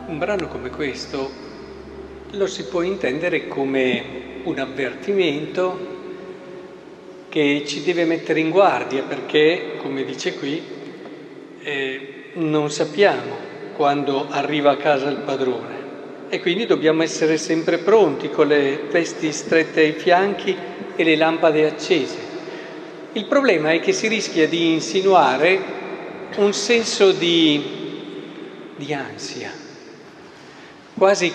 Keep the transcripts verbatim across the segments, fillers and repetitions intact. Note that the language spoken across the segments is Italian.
Un brano come questo lo si può intendere come un avvertimento che ci deve mettere in guardia perché, come dice qui, eh, non sappiamo quando arriva a casa il padrone e quindi dobbiamo essere sempre pronti con le vesti strette ai fianchi e le lampade accese. Il problema è che si rischia di insinuare un senso di, di ansia, quasi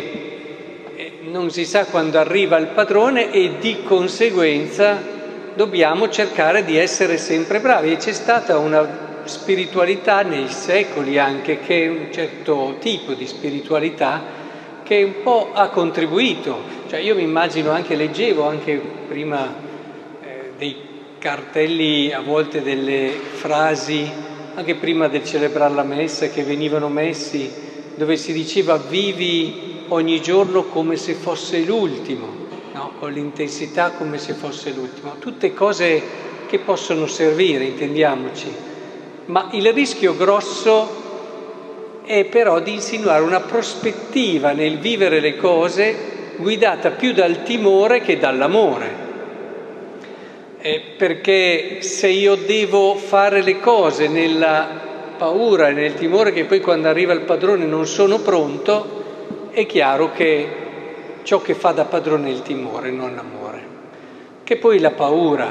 che non si sa quando arriva il padrone e di conseguenza dobbiamo cercare di essere sempre bravi. E c'è stata una spiritualità nei secoli anche, che è un certo tipo di spiritualità che un po' ha contribuito. Cioè io mi immagino, anche leggevo anche prima eh, dei cartelli, a volte delle frasi, anche prima del celebrare la messa, che venivano messi, dove si diceva vivi ogni giorno come se fosse l'ultimo, no? Con l'intensità come se fosse l'ultimo. Tutte cose che possono servire, intendiamoci, ma il rischio grosso è però di insinuare una prospettiva nel vivere le cose guidata più dal timore che dall'amore. Eh, perché se io devo fare le cose nella paura e nel timore che poi quando arriva il padrone non sono pronto, è chiaro che ciò che fa da padrone è il timore, non l'amore. Che poi la paura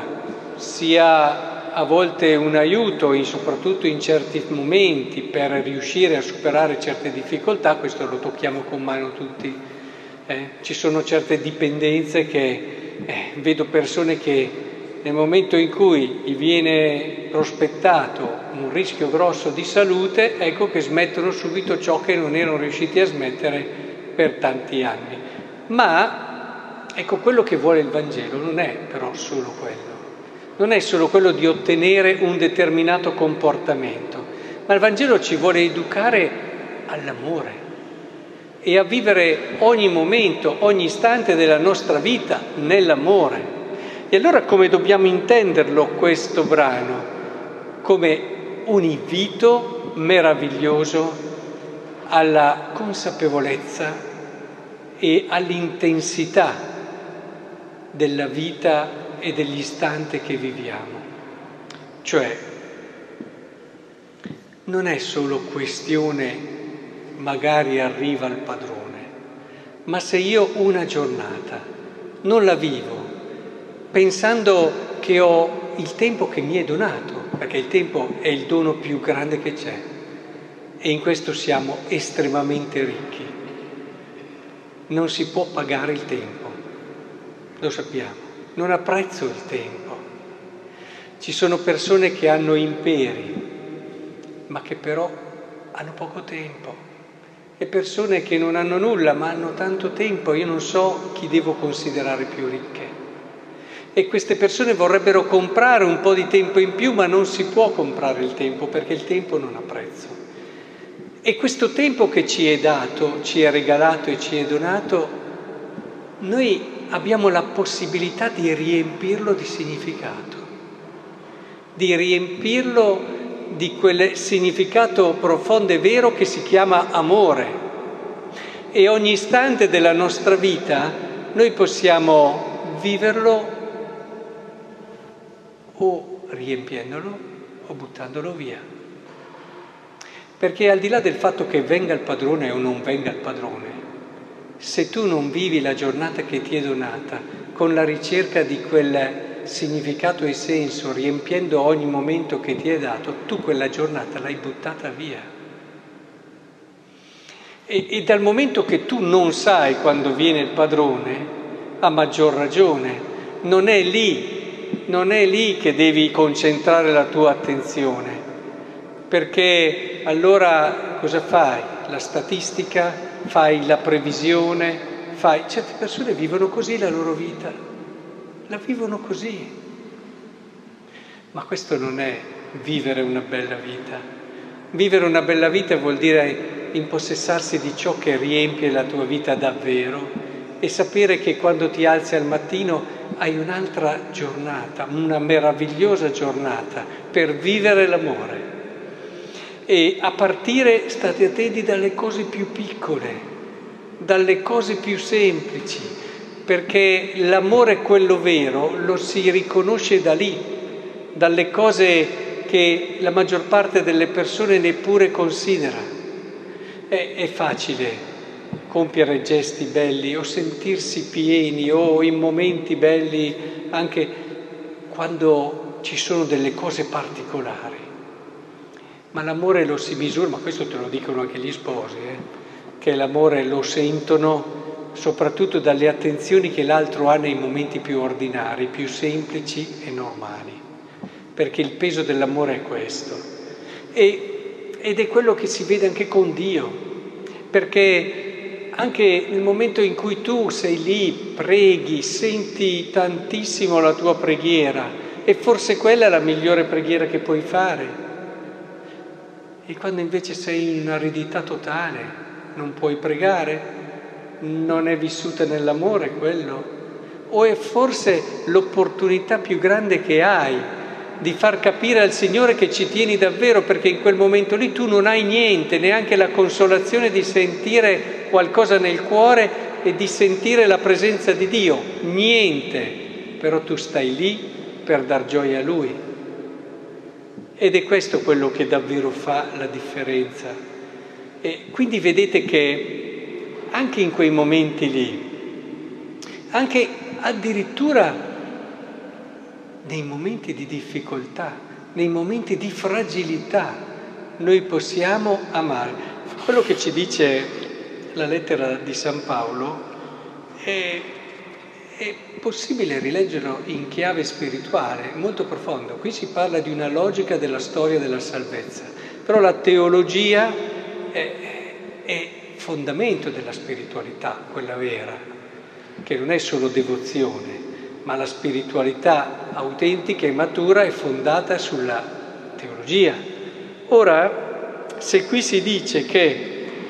sia a volte un aiuto, in, soprattutto in certi momenti, per riuscire a superare certe difficoltà, questo lo tocchiamo con mano tutti. Eh? Ci sono certe dipendenze che eh, vedo persone che nel momento in cui gli viene prospettato un rischio grosso di salute, ecco che smettono subito ciò che non erano riusciti a smettere per tanti anni. Ma ecco, quello che vuole il Vangelo non è però solo quello. Non è solo quello di ottenere un determinato comportamento, ma il Vangelo ci vuole educare all'amore e a vivere ogni momento, ogni istante della nostra vita nell'amore. E allora come dobbiamo intenderlo questo brano? Come un invito meraviglioso alla consapevolezza e all'intensità della vita e dell'istante che viviamo. Cioè, non è solo questione magari arriva il padrone, ma se io una giornata non la vivo pensando che ho il tempo che mi è donato, perché il tempo è il dono più grande che c'è e in questo siamo estremamente ricchi. Non si può pagare il tempo, lo sappiamo, non ha prezzo il tempo. Ci sono persone che hanno imperi, ma che però hanno poco tempo, e persone che non hanno nulla ma hanno tanto tempo. Io non so chi devo considerare più ricche. E queste persone vorrebbero comprare un po' di tempo in più, ma non si può comprare il tempo, perché il tempo non ha prezzo. E questo tempo che ci è dato, ci è regalato e ci è donato, noi abbiamo la possibilità di riempirlo di significato, di riempirlo di quel significato profondo e vero che si chiama amore. E ogni istante della nostra vita noi possiamo viverlo o riempiendolo o buttandolo via. Perché al di là del fatto che venga il padrone o non venga il padrone, se tu non vivi la giornata che ti è donata con la ricerca di quel significato e senso, riempiendo ogni momento che ti è dato, tu quella giornata l'hai buttata via. E, e dal momento che tu non sai quando viene il padrone, a maggior ragione, non è lì Non è lì che devi concentrare la tua attenzione, perché allora cosa fai? La statistica, fai la previsione, fai... Certe persone vivono così la loro vita, la vivono così. Ma questo non è vivere una bella vita. Vivere una bella vita vuol dire impossessarsi di ciò che riempie la tua vita davvero e sapere che quando ti alzi al mattino hai un'altra giornata, una meravigliosa giornata per vivere l'amore. E a partire, state attenti, dalle cose più piccole, dalle cose più semplici, perché l'amore, quello vero, lo si riconosce da lì, dalle cose che la maggior parte delle persone neppure considera. È, è facile compiere gesti belli o sentirsi pieni o in momenti belli anche quando ci sono delle cose particolari. Ma l'amore lo si misura, ma questo te lo dicono anche gli sposi, eh? Che l'amore lo sentono soprattutto dalle attenzioni che l'altro ha nei momenti più ordinari, più semplici e normali, perché il peso dell'amore è questo. E, ed è quello che si vede anche con Dio, perché anche nel momento in cui tu sei lì, preghi, senti tantissimo la tua preghiera, e forse quella è la migliore preghiera che puoi fare. E quando invece sei in un'aridità totale, non puoi pregare, non è vissuta nell'amore quello, o è forse l'opportunità più grande che hai di far capire al Signore che ci tieni davvero, perché in quel momento lì tu non hai niente, neanche la consolazione di sentire qualcosa nel cuore e di sentire la presenza di Dio, niente, però tu stai lì per dar gioia a Lui. Ed è questo quello che davvero fa la differenza. E quindi vedete che anche in quei momenti lì, anche addirittura nei momenti di difficoltà, nei momenti di fragilità, noi possiamo amare. Quello che ci dice la lettera di San Paolo è, è possibile rileggerlo in chiave spirituale, molto profondo. Qui si parla di una logica della storia della salvezza, però la teologia è, è fondamento della spiritualità, quella vera, che non è solo devozione, ma la spiritualità autentica e matura è fondata sulla teologia. Ora, se qui si dice che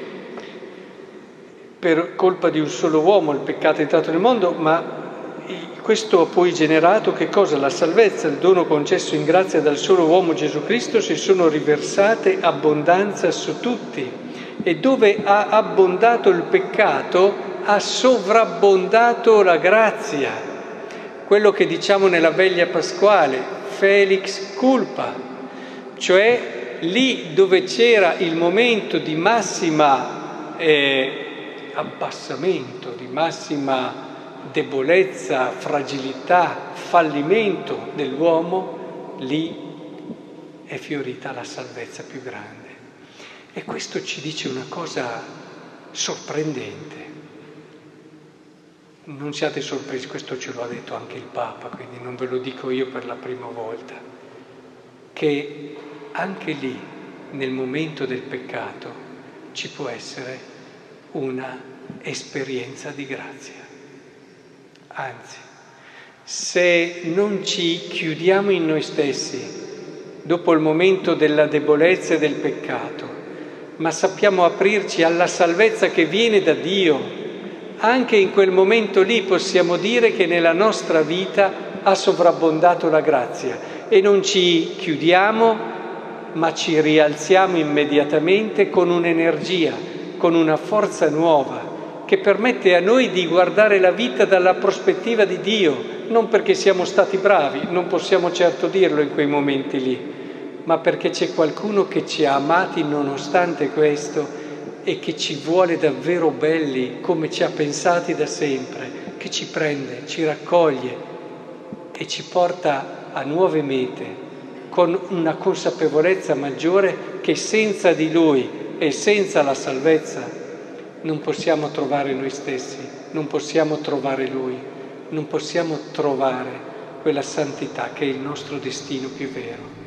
per colpa di un solo uomo il peccato è entrato nel mondo, ma questo ha poi generato che cosa? La salvezza, il dono concesso in grazia dal solo uomo Gesù Cristo, si sono riversate abbondanza su tutti. E dove ha abbondato il peccato, ha sovrabbondato la grazia. Quello che diciamo nella veglia pasquale, felix culpa, cioè lì dove c'era il momento di massima eh, abbassamento, di massima debolezza, fragilità, fallimento dell'uomo, lì è fiorita la salvezza più grande. E questo ci dice una cosa sorprendente. Non siate sorpresi, questo ce lo ha detto anche il Papa, quindi non ve lo dico io per la prima volta, che anche lì, nel momento del peccato, ci può essere una esperienza di grazia. Anzi, se non ci chiudiamo in noi stessi dopo il momento della debolezza e del peccato, ma sappiamo aprirci alla salvezza che viene da Dio, anche in quel momento lì possiamo dire che nella nostra vita ha sovrabbondato la grazia e non ci chiudiamo, ma ci rialziamo immediatamente con un'energia, con una forza nuova che permette a noi di guardare la vita dalla prospettiva di Dio, non perché siamo stati bravi, non possiamo certo dirlo in quei momenti lì, ma perché c'è qualcuno che ci ha amati nonostante questo e che ci vuole davvero belli, come ci ha pensati da sempre, che ci prende, ci raccoglie e ci porta a nuove mete, con una consapevolezza maggiore che senza di Lui e senza la salvezza non possiamo trovare noi stessi, non possiamo trovare Lui, non possiamo trovare quella santità che è il nostro destino più vero.